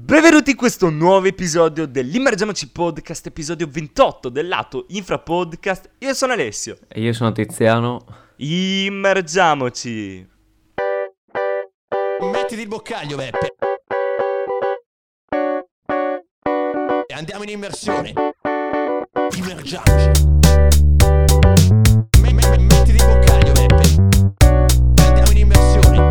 Benvenuti in questo nuovo episodio dell'Immergiamoci Podcast, episodio 28 del lato Infra Podcast. Io sono Alessio. E io sono Tiziano. Immergiamoci. Mettiti il boccaglio, Beppe. E andiamo in immersione. Immergiamoci. Mettiti il boccaglio, Beppe. E andiamo in immersione.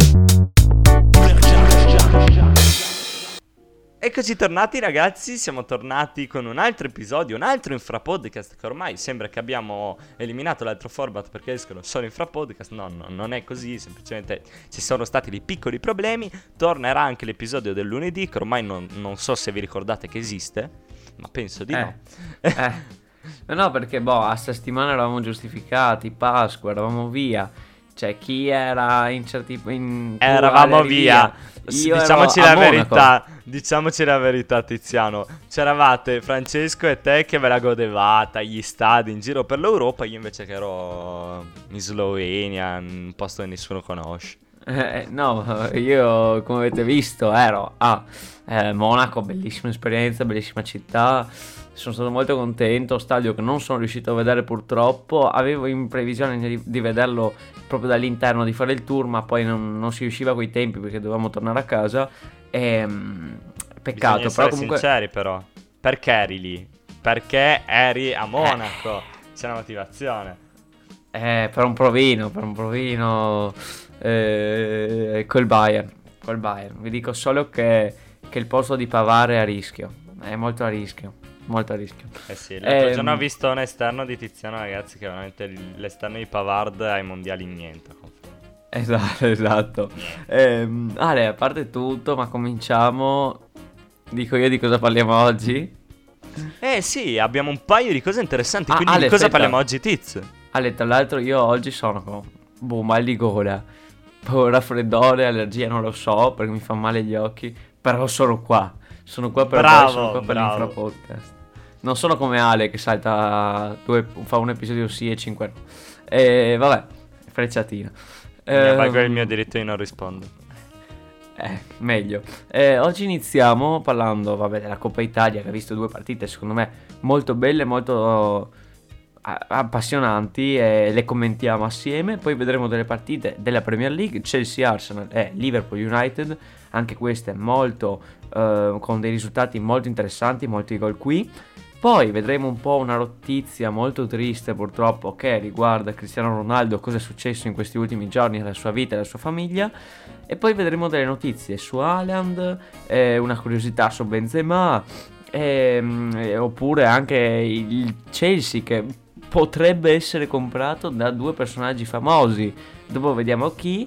Eccoci tornati ragazzi, siamo tornati con un altro episodio, un altro Infra Podcast, che ormai sembra che abbiamo eliminato l'altro format perché escono solo Infra Podcast. No, non è così, semplicemente ci sono stati dei piccoli problemi. Tornerà anche l'episodio del lunedì, che ormai non so se vi ricordate che esiste, ma penso di no. No, perché a settimana eravamo giustificati, Pasqua, eravamo via. Cioè, chi era eravamo via. Io Diciamoci ero la a verità. Diciamoci la verità, Tiziano. C'eravate Francesco e te che ve la godevate agli stadi in giro per l'Europa. Io invece che ero in Slovenia, un posto che nessuno conosce. No, io come avete visto ero a Monaco, bellissima esperienza, bellissima città. Sono stato molto contento, stadio che non sono riuscito a vedere purtroppo. Avevo in previsione di vederlo proprio dall'interno, di fare il tour, ma poi non si riusciva coi tempi perché dovevamo tornare a casa. Peccato. Bisogna però essere comunque sinceri però. Perché eri lì? Perché eri a Monaco. C'è una motivazione. Per un provino col Bayern. Vi dico solo che il posto di Pavard è a rischio. È molto a rischio. Eh sì, l'altro giorno ho visto un esterno di Tiziano, ragazzi, che veramente l'esterno di Pavard ai mondiali niente. Esatto. Ale, a parte tutto, ma cominciamo. Dico io di cosa parliamo oggi? Sì, abbiamo un paio di cose interessanti, quindi Ale, di cosa aspetta. parliamo oggi, Tiz? Ale, tra l'altro io oggi sono con mal di gola, raffreddore, allergia, non lo so, perché mi fa male gli occhi, però sono qua per Bravo, voi, sono qua per l'Infra Podcast. Non sono come Ale che salta fa un episodio sì e 5 no. Vabbè, frecciatina. Mi valgo il mio diritto di non rispondere. Meglio. Oggi iniziamo parlando, della Coppa Italia, che ha visto due partite secondo me molto belle, molto appassionanti, e le commentiamo assieme. Poi vedremo delle partite della Premier League, Chelsea-Arsenal e Liverpool-United, anche queste molto con dei risultati molto interessanti, molti gol qui. Poi vedremo un po' una notizia molto triste purtroppo che riguarda Cristiano Ronaldo, cosa è successo in questi ultimi giorni nella sua vita e nella sua famiglia. E poi vedremo delle notizie su Haaland, una curiosità su Benzema, oppure anche il Chelsea che potrebbe essere comprato da due personaggi famosi. Dopo vediamo chi.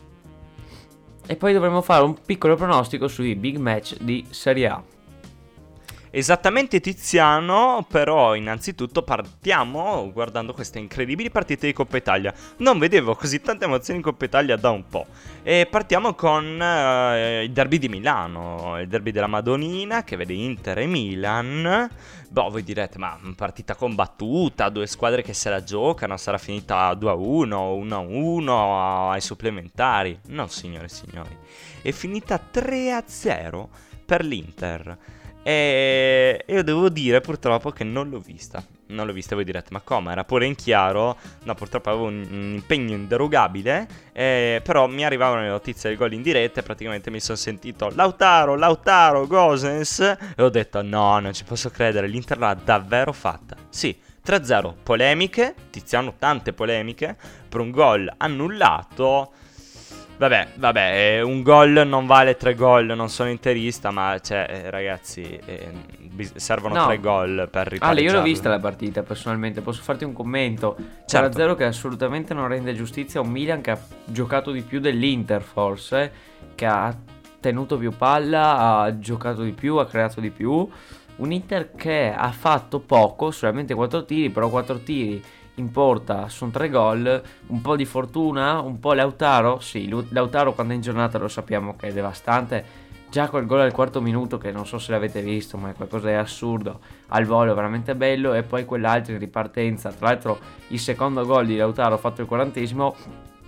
E poi dovremo fare un piccolo pronostico sui big match di Serie A. Esattamente, Tiziano, però innanzitutto partiamo guardando queste incredibili partite di Coppa Italia. Non vedevo così tante emozioni in Coppa Italia da un po'. E partiamo con il derby di Milano, il derby della Madonnina che vede Inter e Milan. Voi direte, ma partita combattuta, due squadre che se la giocano, sarà finita 2-1, 1-1 ai supplementari. No, signore e signori, è finita 3-0 per l'Inter. E io devo dire purtroppo che non l'ho vista. Voi direte, ma come? Era pure in chiaro? No, purtroppo avevo un impegno inderogabile, però mi arrivavano le notizie del gol in diretta e praticamente mi sono sentito Lautaro, Gosens, e ho detto no, non ci posso credere, l'Inter l'ha davvero fatta. Sì, 3-0, polemiche, Tiziano, tante polemiche per un gol annullato. Vabbè, un gol non vale 3 gol, non sono interista, ma ragazzi, servono 3 gol per ripareggiarlo. Io l'ho vista la partita personalmente, posso farti un commento. Certo. 0-0 che assolutamente non rende giustizia a un Milan che ha giocato di più dell'Inter forse, che ha tenuto più palla, ha giocato di più, ha creato di più. Un Inter che ha fatto poco, solamente 4 tiri, però 4 tiri in porta sono 3 gol, un po' di fortuna, un po' Lautaro. Sì, Lautaro quando è in giornata lo sappiamo che è devastante. Già quel gol al quarto minuto, che non so se l'avete visto, ma è qualcosa di assurdo, al volo veramente bello. E poi quell'altro in ripartenza, tra l'altro il secondo gol di Lautaro fatto il 40esimo,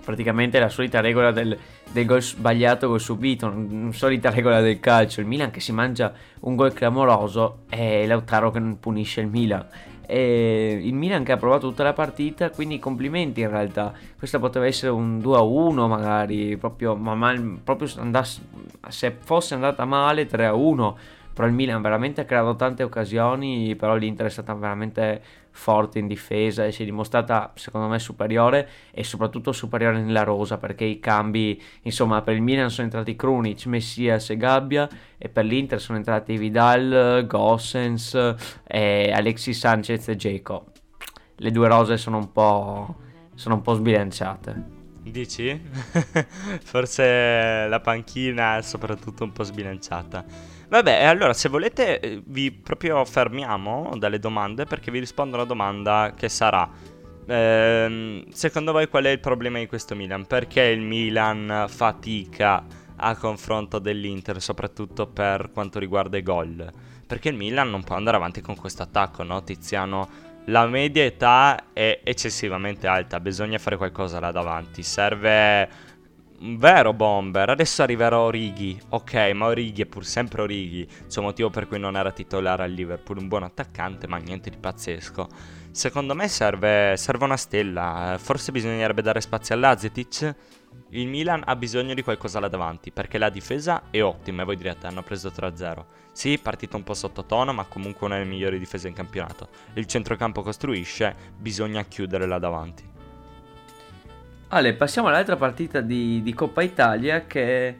praticamente la solita regola del gol sbagliato, gol subito, solita regola del calcio. Il Milan che si mangia un gol clamoroso e Lautaro che non punisce il Milan. E il Milan che ha provato tutta la partita, quindi complimenti in realtà. Questa poteva essere un 2-1 magari, proprio, proprio se fosse andata male 3-1. Però il Milan veramente ha creato tante occasioni, però l'Inter è stata veramente forte in difesa e si è dimostrata secondo me superiore, e soprattutto superiore nella rosa, perché i cambi, insomma, per il Milan sono entrati Krunic, Messias e Gabbia, e per l'Inter sono entrati Vidal, Gosens, Alexis Sanchez e Dzeko. Le due rose sono un po' sbilanciate. Dici? Forse la panchina è soprattutto un po' sbilanciata. Vabbè, e allora se volete vi proprio fermiamo dalle domande, perché vi rispondo alla domanda che sarà: secondo voi qual è il problema di questo Milan? Perché il Milan fatica a confronto dell'Inter, soprattutto per quanto riguarda i gol? Perché il Milan non può andare avanti con questo attacco, no, Tiziano? La media età è eccessivamente alta, bisogna fare qualcosa là davanti, serve un vero bomber. Adesso arriverà Origi, ok, ma Origi è pur sempre Origi, c'è un motivo per cui non era titolare al Liverpool, un buon attaccante ma niente di pazzesco. Secondo me serve una stella, forse bisognerebbe dare spazio all'Azetic. Il Milan ha bisogno di qualcosa là davanti, perché la difesa è ottima e voi direte hanno preso 3-0. Sì, partita un po' sottotono, ma comunque una delle migliori difese in campionato. Il centrocampo costruisce, bisogna chiudere là davanti. Ale, passiamo all'altra partita di Coppa Italia che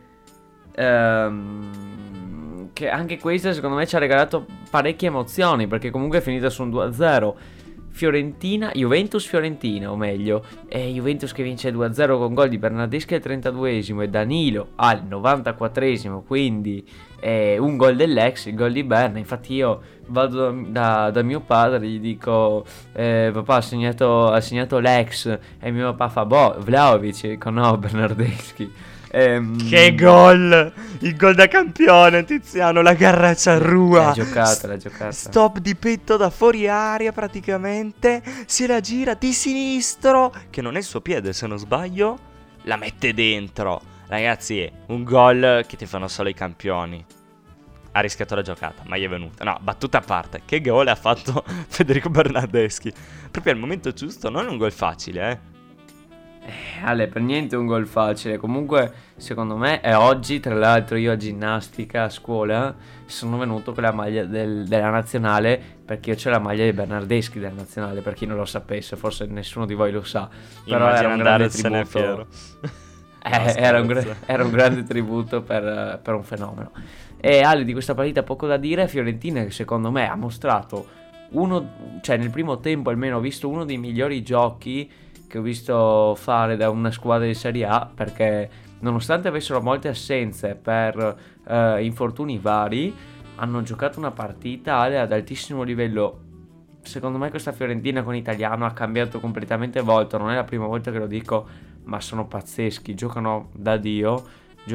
anche questa secondo me ci ha regalato parecchie emozioni, perché comunque è finita su un 2-0. Juventus-Fiorentina, o meglio, è Juventus che vince 2-0 con gol di Bernardeschi al 32esimo e Danilo al 94esimo, quindi un gol dell'ex, il gol di Berna. Infatti io vado da mio padre, gli dico papà ha segnato l'ex, e mio papà fa boh, Vlahovic, dico no, Bernardeschi. Che gol! Il gol da campione, Tiziano, la garra ciarrua. L'ha giocata. Stop di petto da fuori aria praticamente. Se la gira di sinistro, che non è il suo piede se non sbaglio, la mette dentro. Ragazzi, un gol che ti fanno solo i campioni. Ha rischiato la giocata, ma gli è venuta. No, battuta a parte, che gol ha fatto Federico Bernardeschi. Proprio al momento giusto, non è un gol facile, Ale, per niente un gol facile. Comunque secondo me è oggi, tra l'altro io a ginnastica a scuola sono venuto con la maglia della nazionale, perché io c'ho la maglia di Bernardeschi della nazionale, per chi non lo sapesse, forse nessuno di voi lo sa. Però immagina era un grande andarsene tributo. fiero. Era un grande tributo per un fenomeno. E Ale, di questa partita poco da dire. Fiorentina che secondo me ha mostrato nel primo tempo almeno ho visto uno dei migliori giochi che ho visto fare da una squadra di Serie A, perché nonostante avessero molte assenze per infortuni vari, hanno giocato una partita ad altissimo livello. Secondo me questa Fiorentina con Italiano ha cambiato completamente volta, non è la prima volta che lo dico, ma sono pazzeschi, giocano da Dio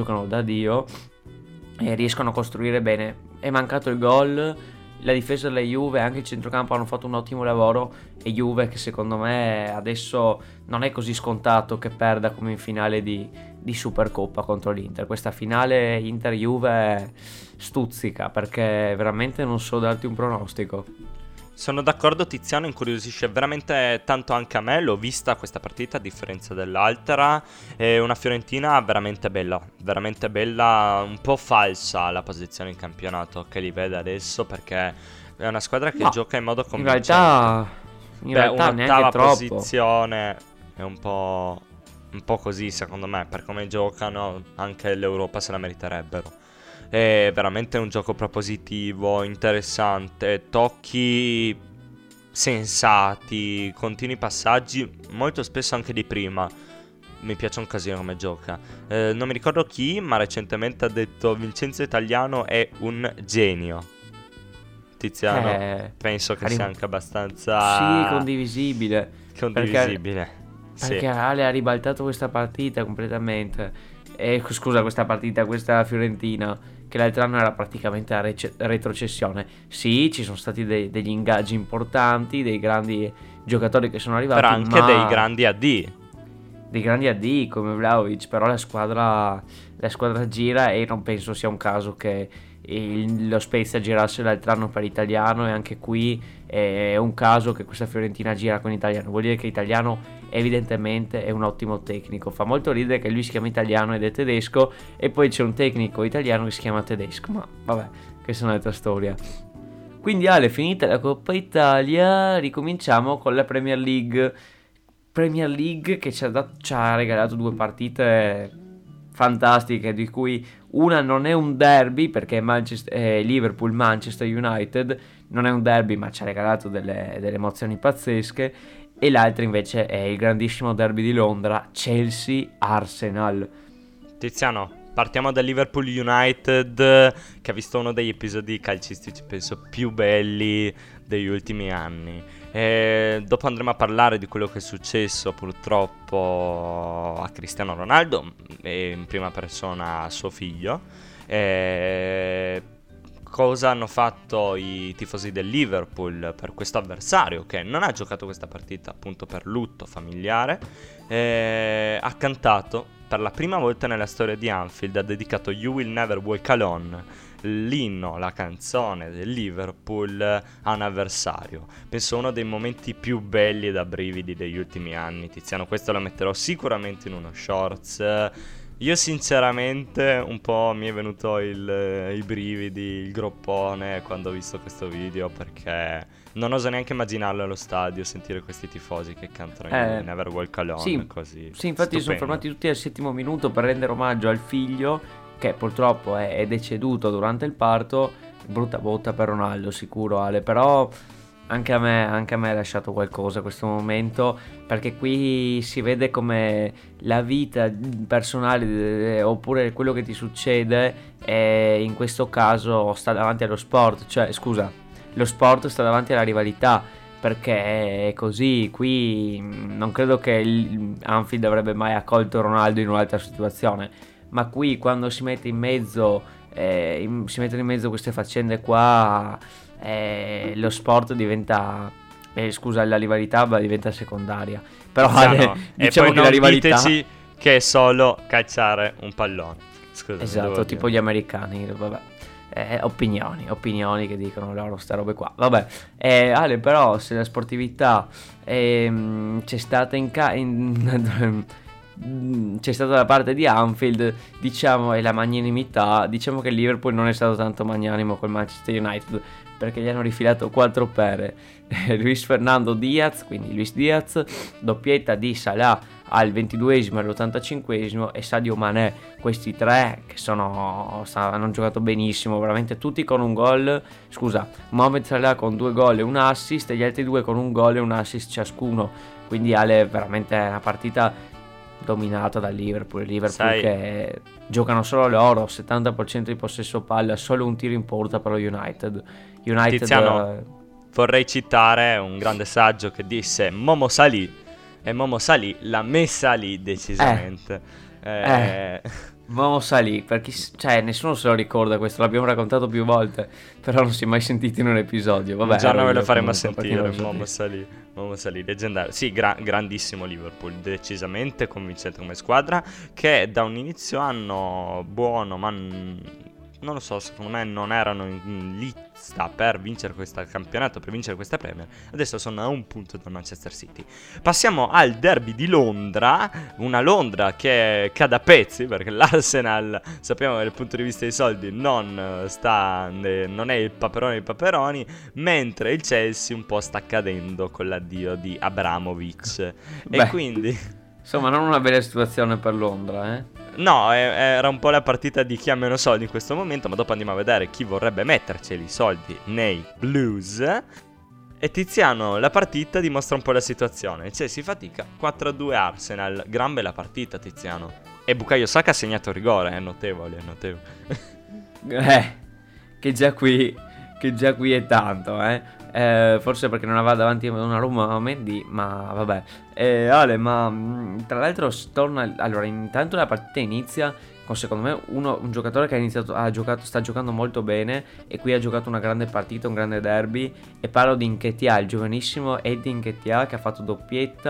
e riescono a costruire bene. È mancato il gol, la difesa della Juve, anche il centrocampo hanno fatto un ottimo lavoro, e Juve che secondo me adesso non è così scontato che perda come in finale di Supercoppa contro l'Inter. Questa finale Inter-Juve stuzzica, perché veramente non so darti un pronostico. Sono d'accordo, Tiziano, incuriosisce veramente tanto anche a me. L'ho vista questa partita a differenza dell'altra. È una Fiorentina veramente bella, un po' falsa la posizione in campionato che li vede adesso, perché è una squadra che gioca in modo convincente. In realtà un'ottava neanche troppo. posizione è un po' così secondo me, per come giocano anche l'Europa se la meriterebbero. È veramente un gioco propositivo, interessante, tocchi sensati, continui passaggi, molto spesso anche di prima. Mi piace un casino come gioca. Non mi ricordo chi, ma recentemente ha detto Vincenzo Italiano è un genio. Tiziano, penso che sia anche abbastanza... Sì, condivisibile. Perché Ale ha ribaltato questa partita completamente. Scusa, questa Fiorentina, che l'altro anno era praticamente a retrocessione. Sì, ci sono stati degli ingaggi importanti, dei grandi giocatori che sono arrivati, però anche dei grandi AD. dei grandi addii come Vlahovic, però la squadra gira e non penso sia un caso che lo Spezia girasse l'altro anno per Italiano, e anche qui è un caso che questa Fiorentina gira con Italiano. Vuol dire che Italiano evidentemente è un ottimo tecnico. Fa molto ridere che lui si chiama Italiano ed è tedesco, e poi c'è un tecnico italiano che si chiama tedesco, ma vabbè, questa è un'altra storia. Quindi Ale, finita la Coppa Italia, ricominciamo con la Premier League che ci ha regalato 2 partite fantastiche, di cui una non è un derby perché Liverpool-Manchester United non è un derby, ma ci ha regalato delle emozioni pazzesche, e l'altra invece è il grandissimo derby di Londra, Chelsea-Arsenal. Tiziano, partiamo da Liverpool United, che ha visto uno degli episodi calcistici penso più belli degli ultimi anni. Dopo andremo a parlare di quello che è successo purtroppo a Cristiano Ronaldo e in prima persona a suo figlio. Cosa hanno fatto i tifosi del Liverpool per questo avversario che non ha giocato questa partita appunto per lutto familiare. Ha cantato per la prima volta nella storia di Anfield, ha dedicato You Will Never Walk Alone, l'inno, la canzone del Liverpool, a un avversario. Penso uno dei momenti più belli da brividi degli ultimi anni. Tiziano, questo lo metterò sicuramente in uno shorts. Io sinceramente un po' mi è venuto i brividi, il groppone quando ho visto questo video, perché non oso neanche immaginarlo allo stadio, sentire questi tifosi che cantano Never Walk Alone, sì, così. Sì, infatti sono fermati tutti al 7° minuto per rendere omaggio al figlio, che purtroppo è deceduto durante il parto. Brutta botta per Ronaldo, sicuro, Ale, però anche a me ha lasciato qualcosa questo momento, perché qui si vede come la vita personale oppure quello che ti succede in questo caso sta davanti allo sport, cioè scusa, lo sport sta davanti alla rivalità, perché è così. Qui non credo che Anfield avrebbe mai accolto Ronaldo in un'altra situazione, ma qui quando si mette in mezzo mettono in mezzo queste faccende qua, lo sport diventa la rivalità diventa secondaria. Però diciamo che la rivalità che è solo cacciare un pallone. Scusa, esatto, tipo gli americani, vabbè. Opinioni che dicono loro sta robe qua, vabbè. Ale, però se la sportività c'è stata c'è stata da parte di Anfield, diciamo, e la magnanimità, diciamo che il Liverpool non è stato tanto magnanimo col Manchester United, perché gli hanno rifilato 4 pere. Luis Fernando Diaz, quindi Luis Diaz, doppietta di Salah al 22esimo e all'85esimo, e Sadio Mané. Questi 3 che hanno giocato benissimo, veramente tutti con un gol. Scusa, Mohamed Salah con 2 gol e un assist, e gli altri 2 con un gol e un assist ciascuno. Quindi Ale, veramente è una partita dominata dal Liverpool che giocano solo loro, 70% di possesso palla, solo un tiro in porta per lo United. Tiziano, vorrei citare un grande saggio che disse Momo Salì, e Momo Salì l'ha messa lì decisamente. Momo Salì, perché nessuno se lo ricorda questo, l'abbiamo raccontato più volte, però non si è mai sentito in un episodio. Vabbè, un giorno ve lo faremo sentire. Momo Salì, leggendario. Sì, grandissimo Liverpool, decisamente convincente come squadra, che da un inizio anno buono, ma non lo so, secondo me non erano in lista per vincere questo campionato, per vincere questa Premier. Adesso sono a un punto dal Manchester City. Passiamo al derby di Londra, una Londra che cade a pezzi, perché l'Arsenal, sappiamo che dal punto di vista dei soldi non è il paperone dei paperoni, mentre il Chelsea un po' sta cadendo con l'addio di Abramovich. E quindi insomma, non una bella situazione per Londra, No, era un po' la partita di chi ha meno soldi in questo momento, ma dopo andiamo a vedere chi vorrebbe metterceli i soldi nei Blues. E Tiziano, la partita dimostra un po' la situazione. Si fatica, 4-2 Arsenal, gran bella partita, Tiziano. E Bukayo Saka ha segnato rigore, è notevole. Che già qui è tanto, forse perché non aveva davanti una Roma a Mendy, ma vabbè. Ale, ma tra l'altro allora, intanto la partita inizia con, secondo me, un giocatore che sta giocando molto bene, e qui ha giocato una grande partita, un grande derby, e parlo di Nketiah, il giovanissimo Eddie Nketiah, che ha fatto doppietta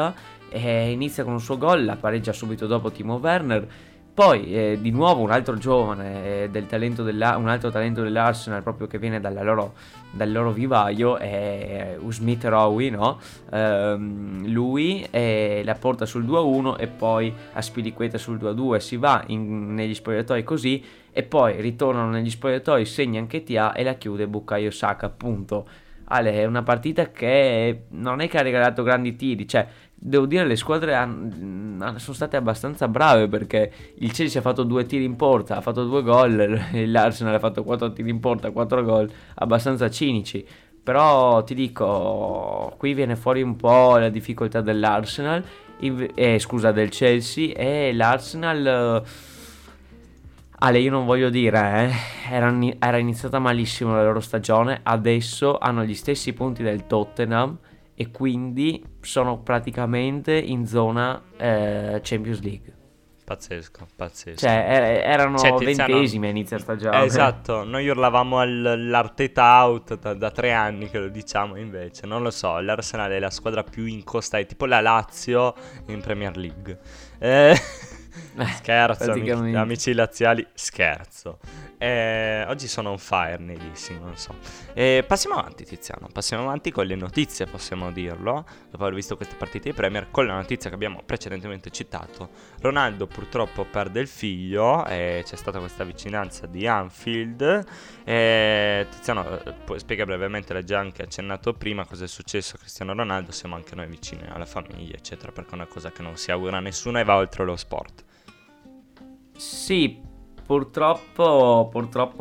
inizia con un suo gol, la pareggia subito dopo Timo Werner. Poi di nuovo un altro giovane un altro talento dell'Arsenal, proprio che viene dal loro vivaio, è Smith Rowe, no? Lui la porta sul 2-1 e poi Azpilicueta sul 2-2. Si va negli spogliatoi così e poi ritornano negli spogliatoi, segna anche Tia e la chiude Bukayo Saka, appunto. Ale, è una partita che non è che ha regalato grandi tiri, cioè devo dire le squadre sono state abbastanza brave, perché il Chelsea ha fatto 2 tiri in porta, ha fatto 2 gol, l'Arsenal ha fatto 4 tiri in porta, 4 gol, abbastanza cinici. Però ti dico, qui viene fuori un po' la difficoltà dell'Arsenal, del Chelsea, e l'Arsenal... Ale, io non voglio dire, era iniziata malissimo la loro stagione, adesso hanno gli stessi punti del Tottenham e quindi sono praticamente in zona Champions League. Pazzesco. Cioè, erano Tiziano, 20esimi a inizio stagione. Esatto, noi urlavamo all'Arteta out da 3 anni che lo diciamo, invece non lo so, l'Arsenal è la squadra più incostante, tipo la Lazio in Premier League. Scherzo, amici laziali, scherzo. Oggi sono on fire, nelissimo, non so. Passiamo avanti, Tiziano. Passiamo avanti con le notizie, possiamo dirlo. Dopo aver visto queste partite di Premier, con la notizia che abbiamo precedentemente citato. Ronaldo purtroppo perde il figlio e c'è stata questa vicinanza di Anfield. Tiziano, spiega brevemente, l'ha già anche accennato prima, cosa è successo a Cristiano Ronaldo. Siamo anche noi vicini alla famiglia, eccetera, perché è una cosa che non si augura a nessuno e va oltre lo sport. Sì, purtroppo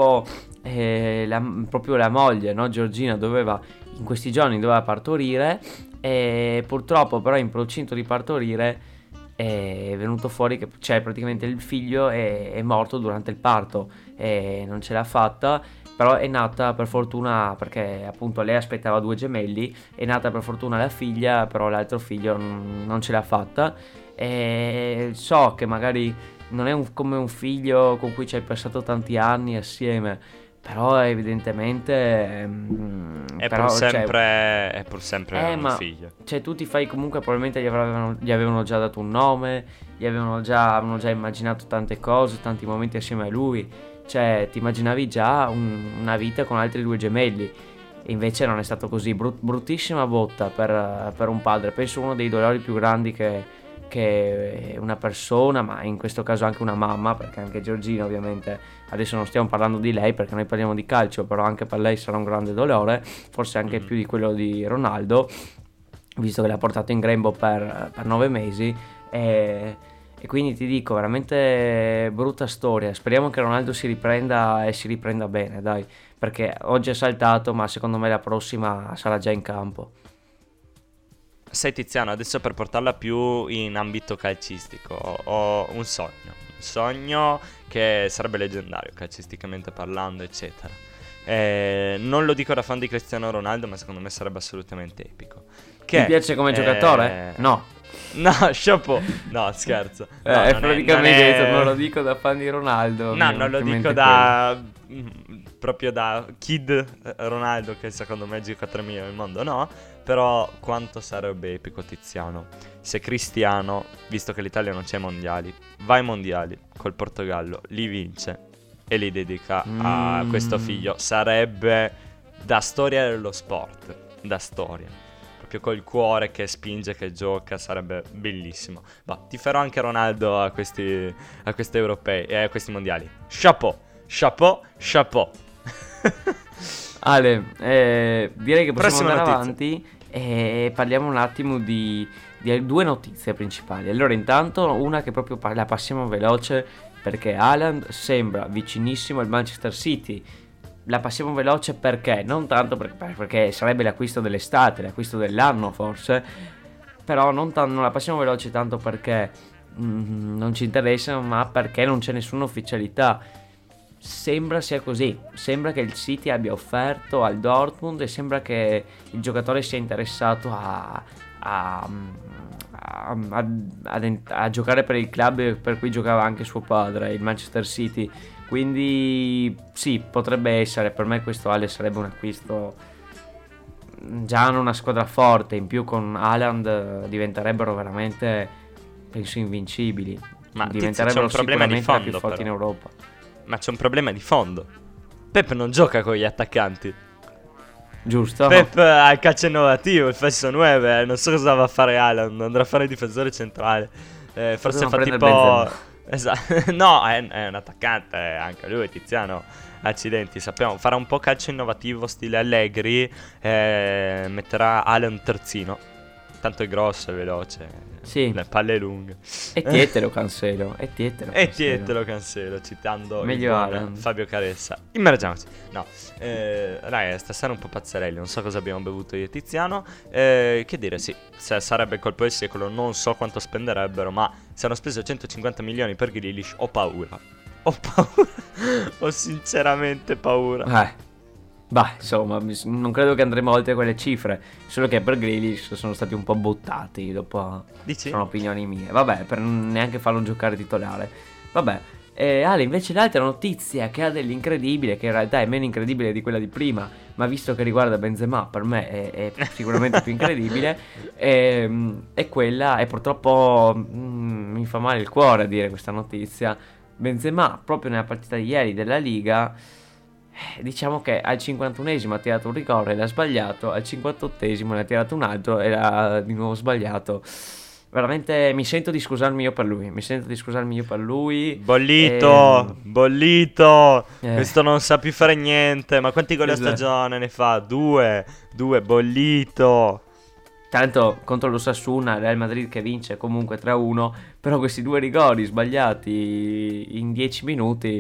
proprio la moglie, no? Giorgina in questi giorni doveva partorire, e purtroppo però in procinto di partorire è venuto fuori che praticamente il figlio è morto durante il parto e non ce l'ha fatta. Però è nata per fortuna, perché appunto lei aspettava 2 gemelli, è nata per fortuna la figlia, però l'altro figlio non ce l'ha fatta. E so che magari non è come un figlio con cui ci hai passato tanti anni assieme, però evidentemente è pur sempre un figlio. Cioè, tu ti fai, comunque probabilmente gli avevano già dato un nome, avevano già immaginato tante cose, tanti momenti assieme a lui. Cioè, ti immaginavi già una vita con altri 2 gemelli, e invece non è stato così. Bruttissima botta per un padre. Penso uno dei dolori più grandi che una persona, ma in questo caso anche una mamma, perché anche Giorgina, ovviamente, adesso non stiamo parlando di lei perché noi parliamo di calcio, però anche per lei sarà un grande dolore, forse anche più di quello di Ronaldo, visto che l'ha portato in grembo per 9 mesi. E quindi ti dico, veramente brutta storia. Speriamo che Ronaldo si riprenda e si riprenda bene, dai, perché oggi è saltato, ma secondo me la prossima sarà già in campo. Sai, Tiziano, adesso per portarla più in ambito calcistico ho un sogno che sarebbe leggendario calcisticamente parlando, eccetera. Non lo dico da fan di Cristiano Ronaldo, ma secondo me sarebbe assolutamente epico. Ti piace come giocatore? No, chapeau. No, scherzo. Praticamente non lo dico da fan di Ronaldo. No, non lo dico proprio da kid Ronaldo, che secondo me è il giocatore migliore del mondo, no. Però quanto sarebbe epico, Tiziano, se Cristiano, visto che l'Italia non c'è ai mondiali, va ai mondiali col Portogallo, li vince e li dedica a questo figlio. Sarebbe da storia dello sport, da storia. Proprio col cuore che spinge, che gioca, sarebbe bellissimo. Ma ti farò anche Ronaldo a questi europei e a questi mondiali. Chapeau. Ale, direi che possiamo andare avanti e parliamo un attimo di 2 notizie principali. Allora, intanto una che proprio la passiamo veloce, perché Haaland sembra vicinissimo al Manchester City. La passiamo veloce perché? Non tanto perché sarebbe l'acquisto dell'estate, l'acquisto dell'anno forse, però non la passiamo veloce tanto perché non ci interessa, ma perché non c'è nessuna ufficialità. Sembra sia così, sembra che il City abbia offerto al Dortmund e sembra che il giocatore sia interessato a giocare per il club per cui giocava anche suo padre, il Manchester City. Quindi sì, potrebbe essere. Per me questo, Ale, sarebbe un acquisto già hanno una squadra forte, in più con Haaland diventerebbero veramente, penso, invincibili. Ma Tizio, c'è Diventerebbero un problema di sicuramente la più fondo, forti in però. Europa. Ma c'è un problema di fondo. Pep non gioca con gli attaccanti. Giusto? Pep ha il calcio innovativo, il falso 9, non so cosa va a fare Haaland, andrà a fare il difensore centrale. Forse Potevano fa prendere tipo... Benzema. Esatto. No, è un attaccante, anche lui, Tiziano. Accidenti, sappiamo, farà un po' calcio innovativo stile Allegri, metterà Haaland terzino. Tanto è grosso, è veloce, Sì. le palle lunghe. E Tietelo Cancelo. E Tietelo E Cancelo. Tietelo Cancelo, citando Meglio il buon Haaland. Fabio Caressa. Immergiamoci. No, raga, stasera un po' pazzerelli. Non so cosa abbiamo bevuto io e Tiziano. Che dire, sì, sarebbe il colpo del secolo. Non so quanto spenderebbero, ma se hanno speso 150 milioni per Grealish, ho paura. Ho paura. Ho sinceramente paura. Bah, insomma, non credo che andremo oltre quelle cifre. Solo che per Grealish sono stati un po' buttati. Dopo Dici? sono opinioni mie. Vabbè, per neanche farlo giocare titolare. Vabbè. Ale, invece l'altra notizia che ha dell'incredibile, che in realtà è meno incredibile di quella di prima, ma visto che riguarda Benzema, per me è sicuramente più incredibile, è quella, e purtroppo mi fa male il cuore a dire questa notizia. Benzema, proprio nella partita di ieri della Liga, diciamo che al 51esimo ha tirato un rigore e l'ha sbagliato, al 58esimo ne ha tirato un altro e l'ha di nuovo sbagliato. Veramente mi sento di scusarmi io per lui. Bollito, bollito. Eh. Questo non sa più fare niente. Ma quanti gol a Esatto. stagione ne fa? Due, bollito. Tanto contro lo Sassuolo, Real Madrid che vince comunque 3-1, però questi due rigori sbagliati in 10 minuti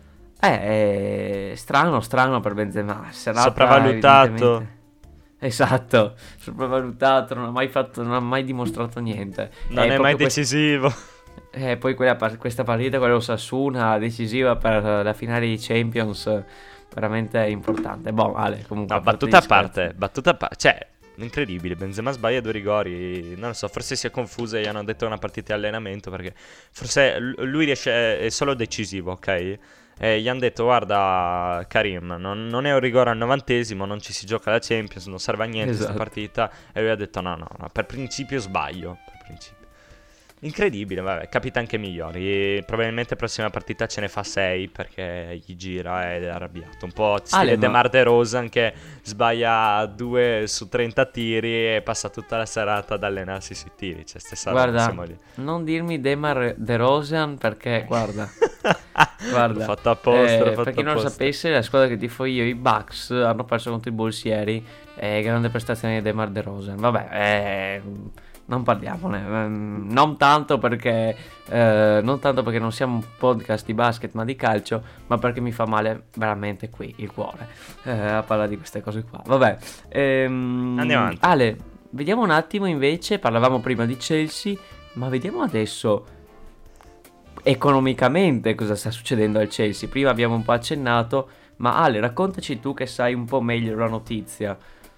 è strano per Benzema. Serata Sopravvalutato. evidentemente. Esatto, sopravvalutato, non ha mai dimostrato niente. Non è proprio mai decisivo. poi questa partita, quella lo Sassuolo, decisiva per la finale di Champions, veramente importante. Boh, Ale, comunque. No, battuta a parte. Cioè, incredibile. Benzema sbaglia due rigori. Non lo so, forse si è confuso e gli hanno detto una partita di allenamento. Perché forse lui riesce, è solo decisivo, ok? E gli hanno detto: guarda, Karim, non è un rigore al 90esimo, non ci si gioca la Champions, non serve a niente questa Esatto. partita. E lui ha detto: no, per principio sbaglio. Per principio. Incredibile, vabbè, capita anche migliori. Probabilmente la prossima partita ce ne fa 6 perché gli gira ed è arrabbiato. Un po' stile DeMar DeRozan che sbaglia 2 su 30 tiri e passa tutta la serata ad allenarsi sui tiri. Cioè, stessa roba, Guarda, siamo lì. non dirmi DeMar DeRozan perché, guarda, L'ho fatto apposta, l'ho fatto per chi non lo apposta. sapesse, la squadra che tifo io, i Bucks, hanno perso contro i Bulls ieri. Grande prestazione di DeMar DeRozan. Vabbè, non parliamone. Non tanto perché non siamo un podcast di basket ma di calcio, ma perché mi fa male veramente qui il cuore a parlare di queste cose qua. Vabbè, Andiamo avanti. Ale, vediamo un attimo invece. Parlavamo prima di Chelsea, ma vediamo adesso economicamente cosa sta succedendo al Chelsea. Prima abbiamo un po' accennato, ma Ale, raccontaci tu che sai un po' meglio la notizia.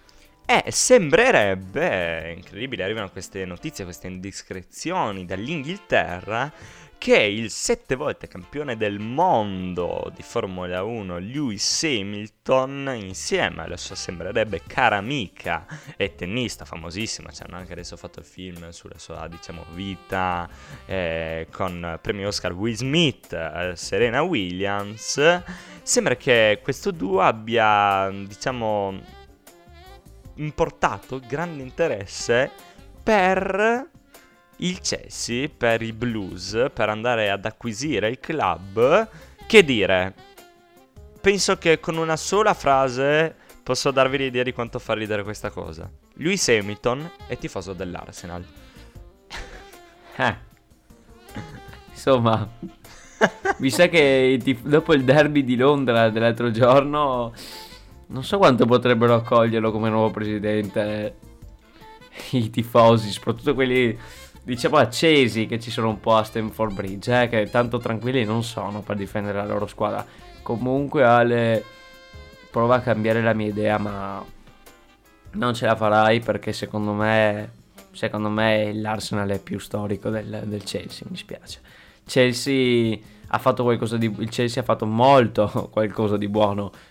Sembrerebbe, incredibile, arrivano queste notizie, queste indiscrezioni dall'Inghilterra, che il 7 volte campione del mondo di Formula 1 Lewis Hamilton, insieme alla sua, sembrerebbe, cara amica e tennista famosissima, ci hanno anche adesso fatto il film sulla sua, diciamo, vita, con premio Oscar Will Smith, Serena Williams, sembra che questo duo abbia, diciamo, importato grande interesse per il Chelsea, per i Blues, per andare ad acquisire il club. Che dire, penso che con una sola frase posso darvi l'idea di quanto fa ridere questa cosa. Lewis Hamilton è tifoso dell'Arsenal. Insomma, mi sa che dopo il derby di Londra dell'altro giorno, non so quanto potrebbero accoglierlo come nuovo presidente i tifosi, soprattutto quelli, diciamo, accesi che ci sono un po' a Stamford Bridge, che tanto tranquilli non sono per difendere la loro squadra. Comunque, Ale, prova a cambiare la mia idea, ma non ce la farai, perché secondo me l'Arsenal è più storico del Chelsea, mi dispiace. Il Chelsea ha fatto molto qualcosa di buono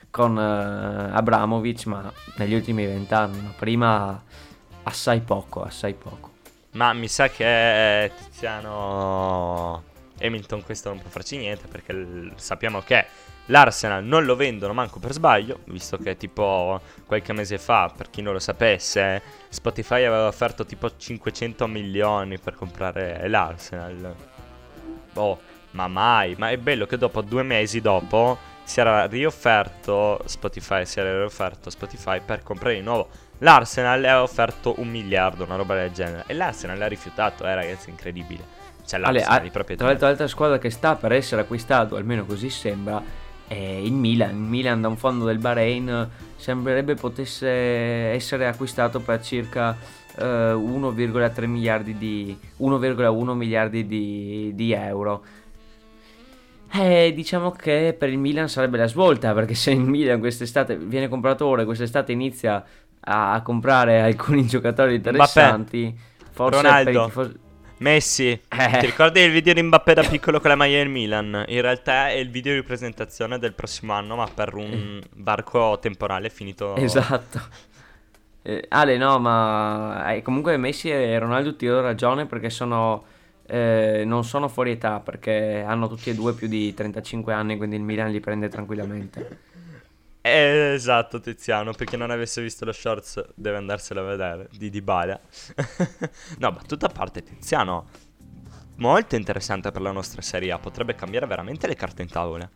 con Abramovich, ma negli ultimi 20 anni, ma prima assai poco. Ma mi sa che Tiziano Hamilton questo non può farci niente, perché sappiamo che l'Arsenal non lo vendono manco per sbaglio, visto che tipo qualche mese fa, per chi non lo sapesse, Spotify aveva offerto tipo 500 milioni per comprare l'Arsenal. Oh, ma è bello che dopo 2 mesi dopo si era riofferto Spotify per comprare di nuovo l'Arsenal, e ha offerto 1 miliardo, una roba del genere, e l'Arsenal ha rifiutato, ragazzi, incredibile. Cioè l'Arsenal, i proprietari. Tra l'altro l'altra squadra che sta per essere acquistato, almeno così sembra, è il Milan da un fondo del Bahrain. Sembrerebbe potesse essere acquistato per circa 1,3 miliardi di 1,1 miliardi di euro. Diciamo che per il Milan sarebbe la svolta, perché se il Milan quest'estate viene comprato ora, quest'estate inizia a comprare alcuni giocatori interessanti, forse Ronaldo, per i tifosi... Messi, ti ricordi il video di Mbappé da piccolo con la maglia del Milan? In realtà è il video di presentazione del prossimo anno, ma per un barco temporale finito. Esatto. Ale, no, ma comunque Messi e Ronaldo ti do ragione, perché non sono fuori età, perché hanno tutti e due più di 35 anni, quindi il Milan li prende tranquillamente. Esatto, Tiziano, per chi non avesse visto lo shorts deve andarselo a vedere, di Dybala. No, battuta a parte, Tiziano, molto interessante per la nostra Serie A, potrebbe cambiare veramente le carte in tavola.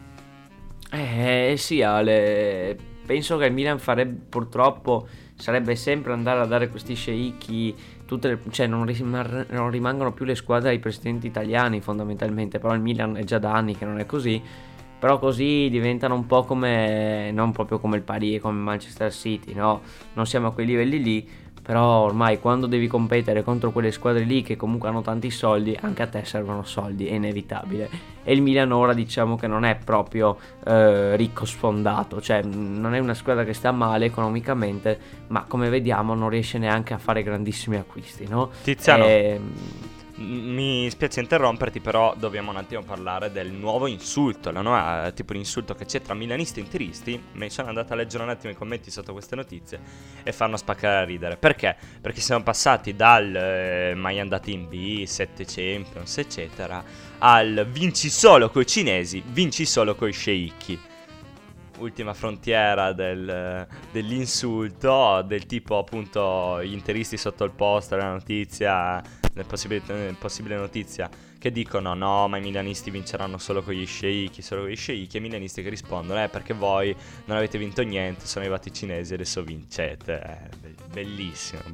Sì, Ale, penso che il Milan purtroppo sarebbe sempre andare a dare questi sceicchi, cioè non rimangono più le squadre ai presidenti italiani fondamentalmente, però il Milan è già da anni che non è così. Però così diventano un po' come, non proprio come il Paris e come il Manchester City, no? Non siamo a quei livelli lì, però ormai quando devi competere contro quelle squadre lì che comunque hanno tanti soldi, anche a te servono soldi, è inevitabile. E il Milan ora diciamo che non è proprio ricco sfondato, cioè non è una squadra che sta male economicamente, ma come vediamo non riesce neanche a fare grandissimi acquisti, no? Tiziano, mi spiace interromperti, però dobbiamo un attimo parlare del nuovo insulto, la nuova tipo di insulto che c'è tra milanisti e interisti. Mi sono andato a leggere un attimo i commenti sotto queste notizie e fanno spaccare a ridere. Perché? Perché siamo passati dal mai andati in B, 7 Champions, eccetera, al vinci solo coi cinesi, vinci solo coi sceicchi. Ultima frontiera dell'insulto, del tipo appunto gli interisti sotto il post, la notizia, possibile notizia, che dicono no, ma i milanisti vinceranno solo con gli sceicchi, e i milanisti che rispondono perché voi non avete vinto niente, sono arrivati i cinesi e adesso vincete. Bellissimo.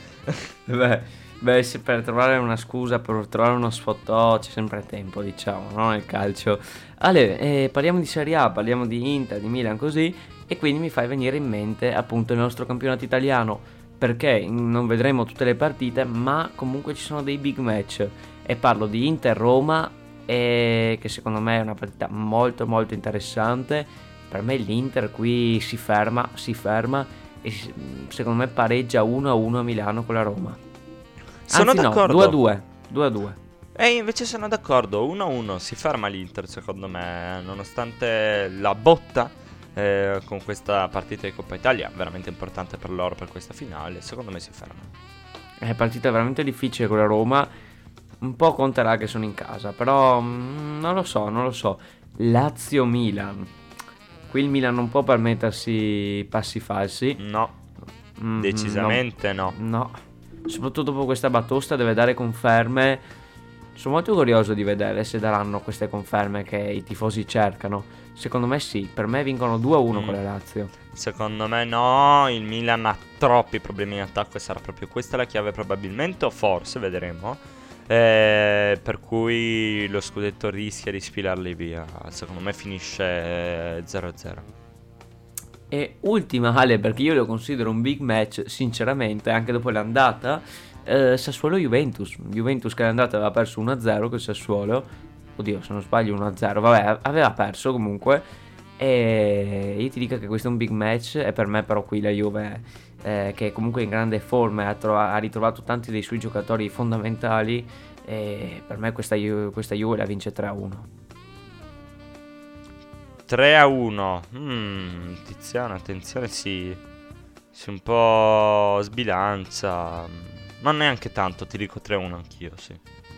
Beh, per trovare una scusa, per trovare uno sfottò c'è sempre tempo, diciamo, no? Nel calcio. Ale, parliamo di Serie A, parliamo di Inter, di Milan, così, e quindi mi fai venire in mente appunto il nostro campionato italiano, perché non vedremo tutte le partite, ma comunque ci sono dei big match, e parlo di Inter-Roma, che secondo me è una partita molto molto interessante. Per me l'Inter qui si ferma e secondo me pareggia 1-1 a Milano con la Roma. Sono d'accordo. 2-2. E invece sono d'accordo, 1-1 si ferma l'Inter secondo me, nonostante la botta con questa partita di Coppa Italia, veramente importante per loro per questa finale, secondo me si ferma. È partita veramente difficile con la Roma, un po' conterà che sono in casa, però non lo so. Lazio-Milan, qui il Milan non può permettersi passi falsi. No, decisamente no. Soprattutto dopo questa batosta deve dare conferme. Sono molto curioso di vedere se daranno queste conferme che i tifosi cercano. Secondo me sì, per me vincono 2-1 con la Lazio. Secondo me no, il Milan ha troppi problemi in attacco e sarà proprio questa la chiave probabilmente, o forse, vedremo. Per cui lo scudetto rischia di sfilarli via. Secondo me finisce 0-0. E ultima, Ale, perché io lo considero un big match sinceramente, anche dopo l'andata, Sassuolo-Juventus che l'andata aveva perso 1-0 col Sassuolo, oddio se non sbaglio 1-0, vabbè aveva perso comunque, e io ti dico che questo è un big match, e per me però qui la Juve che comunque è in grande forma ha ritrovato tanti dei suoi giocatori fondamentali, e per me questa Juve la vince 3-1. 3-1. Tiziano, attenzione, si un po' sbilancia. Non neanche tanto, ti dico 3-1 anch'io, sì.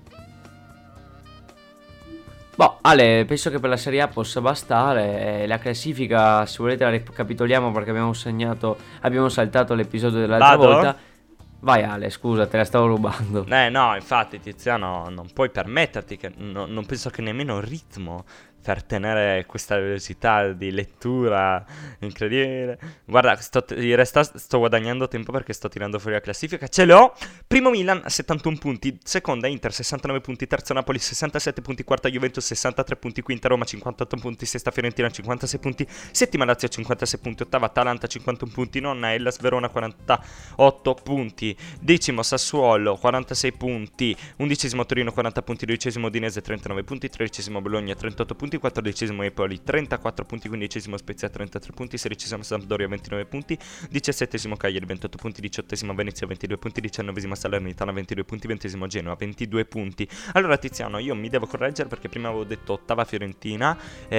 Boh, Ale, penso che per la Serie A possa bastare. La classifica, se volete, la ricapitoliamo perché abbiamo saltato l'episodio dell'altra Vado? volta. Vai Ale, scusa, te la stavo rubando. No, infatti Tiziano, non puoi permetterti che non penso che nemmeno il ritmo per tenere questa velocità di lettura incredibile. Guarda, in realtà sto guadagnando tempo perché sto tirando fuori la classifica. Ce l'ho! Primo Milan 71 punti, seconda Inter 69 punti, terza Napoli 67 punti, quarta Juventus 63 punti, quinta Roma 58 punti, sesta Fiorentina 56 punti, settima Lazio 56 punti, ottava Atalanta 51 punti, nonna Hellas Verona 48 punti, decimo Sassuolo 46 punti, undicesimo Torino 40 punti, dodicesimo Udinese 39 punti, tredicesimo Bologna 38 punti, quattordicesimo Empoli 34 punti, quindicesimo Spezia 33 punti, sedicesimo Sampdoria 29 punti, diciassettesimo Cagliari 28 punti, diciottesimo Venezia 22 punti, diciannovesimo Salernitana 22 punti, ventesimo Genoa 22 punti. Allora Tiziano, io mi devo correggere perché prima avevo detto ottava Fiorentina,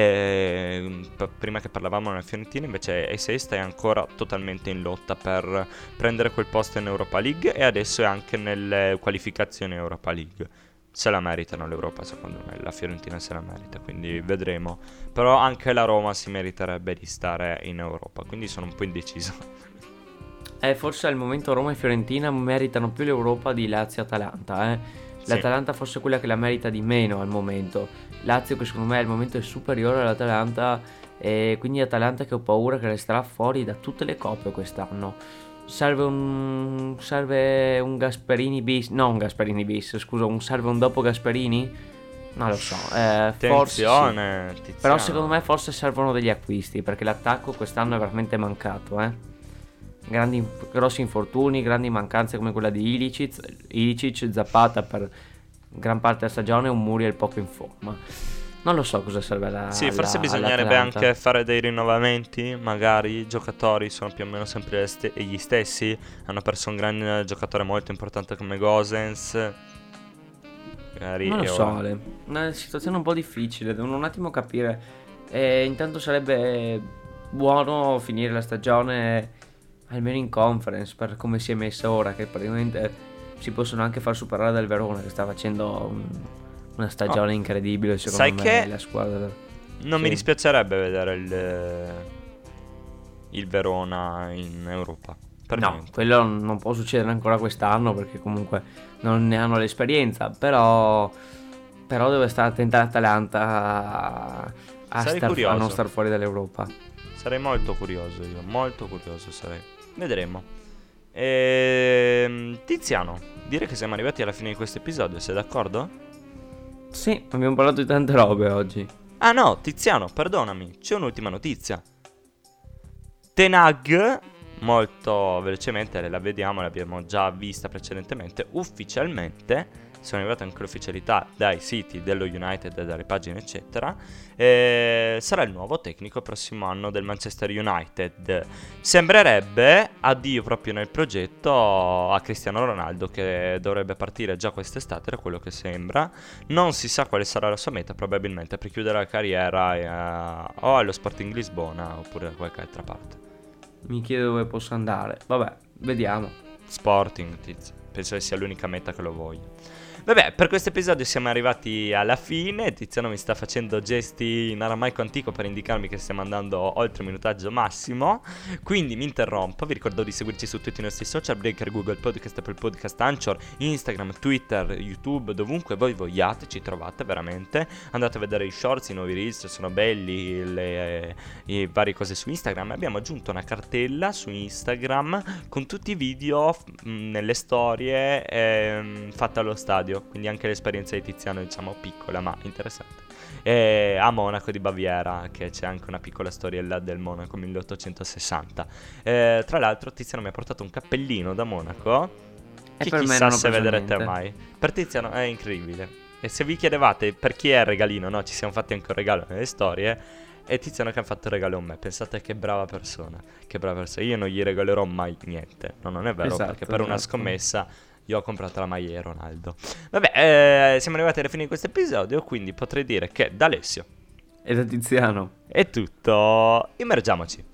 prima che parlavamo della Fiorentina, invece è sesta e ancora totalmente in lotta per prendere quel posto in Europa League e adesso è anche nelle qualificazioni Europa League. Se la meritano l'Europa, secondo me la Fiorentina se la merita, quindi vedremo. Però anche la Roma si meriterebbe di stare in Europa, quindi sono un po' indeciso. Forse al momento Roma e Fiorentina meritano più l'Europa di Lazio e Atalanta, L'Atalanta forse è quella che la merita di meno al momento. Lazio che secondo me al momento è superiore all'Atalanta, e quindi Atalanta che ho paura che resterà fuori da tutte le coppe quest'anno. Serve un Gasperini bis, no un Gasperini bis, scusa, serve un dopo Gasperini? Non lo so, forse sì. Però secondo me forse servono degli acquisti perché l'attacco quest'anno è veramente mancato, grossi infortuni, grandi mancanze come quella di Ilicic, Zapata per gran parte della stagione, un Muriel poco in forma. Non lo so cosa serve forse bisognerebbe all'Atalanta. anche fare dei rinnovamenti. Magari i giocatori sono più o meno sempre gli stessi. Hanno perso un grande giocatore molto importante come Gosens. Magari Non lo so, Ale. Una situazione un po' difficile, devono un attimo capire. Intanto sarebbe buono finire la stagione almeno in conference per come si è messa ora, che praticamente si possono anche far superare dal Verona che sta facendo una stagione incredibile secondo me. Sai che la squadra non mi dispiacerebbe vedere il Verona in Europa. No, quello non può succedere ancora quest'anno perché comunque non ne hanno l'esperienza, però deve stare attenta l'Atalanta a non star fuori dall'Europa. Sarei molto curioso sarei. Vedremo. Tiziano, direi che siamo arrivati alla fine di questo episodio, sei d'accordo? Sì, abbiamo parlato di tante robe oggi. Ah no, Tiziano, perdonami, c'è un'ultima notizia. Ten Hag, molto velocemente, la vediamo, l'abbiamo già vista precedentemente, ufficialmente, sono arrivate anche l'ufficialità dai siti dello United e dalle pagine eccetera, sarà il nuovo tecnico prossimo anno del Manchester United. Sembrerebbe addio proprio nel progetto a Cristiano Ronaldo, che dovrebbe partire già quest'estate, da quello che sembra. Non si sa quale sarà la sua meta, probabilmente per chiudere la carriera o allo Sporting Lisbona oppure da qualche altra parte. Mi chiedo dove possa andare. Vabbè, vediamo. Sporting, tizio. Penso che sia l'unica meta che lo voglia. Vabbè, per questo episodio siamo arrivati alla fine. Tiziano mi sta facendo gesti in aramaico antico per indicarmi che stiamo andando oltre il minutaggio massimo, quindi mi interrompo. Vi ricordo di seguirci su tutti i nostri social: Breaker, Google Podcast, Apple Podcast, Anchor, Instagram, Twitter, YouTube, dovunque voi vogliate ci trovate veramente. Andate a vedere i shorts, i nuovi reels, sono belli, le varie cose su Instagram. Abbiamo aggiunto una cartella su Instagram con tutti i video nelle storie fatte allo stadio, quindi anche l'esperienza di Tiziano, diciamo piccola ma interessante, a Monaco di Baviera, che c'è anche una piccola storiella del Monaco 1860. Tra l'altro Tiziano mi ha portato un cappellino da Monaco che per me chissà non ho se preso vedrete niente. mai. Per Tiziano è incredibile. E se vi chiedevate per chi è il regalino, no, ci siamo fatti anche un regalo nelle storie, e Tiziano che ha fatto il regalo a me. Pensate che brava persona, io non gli regalerò mai niente. No, non è vero, Esatto, perché per una esatto. scommessa io ho comprato la maglia di Ronaldo. Vabbè, siamo arrivati alla fine di questo episodio, quindi potrei dire che da Alessio E da Tiziano. È tutto, immergiamoci.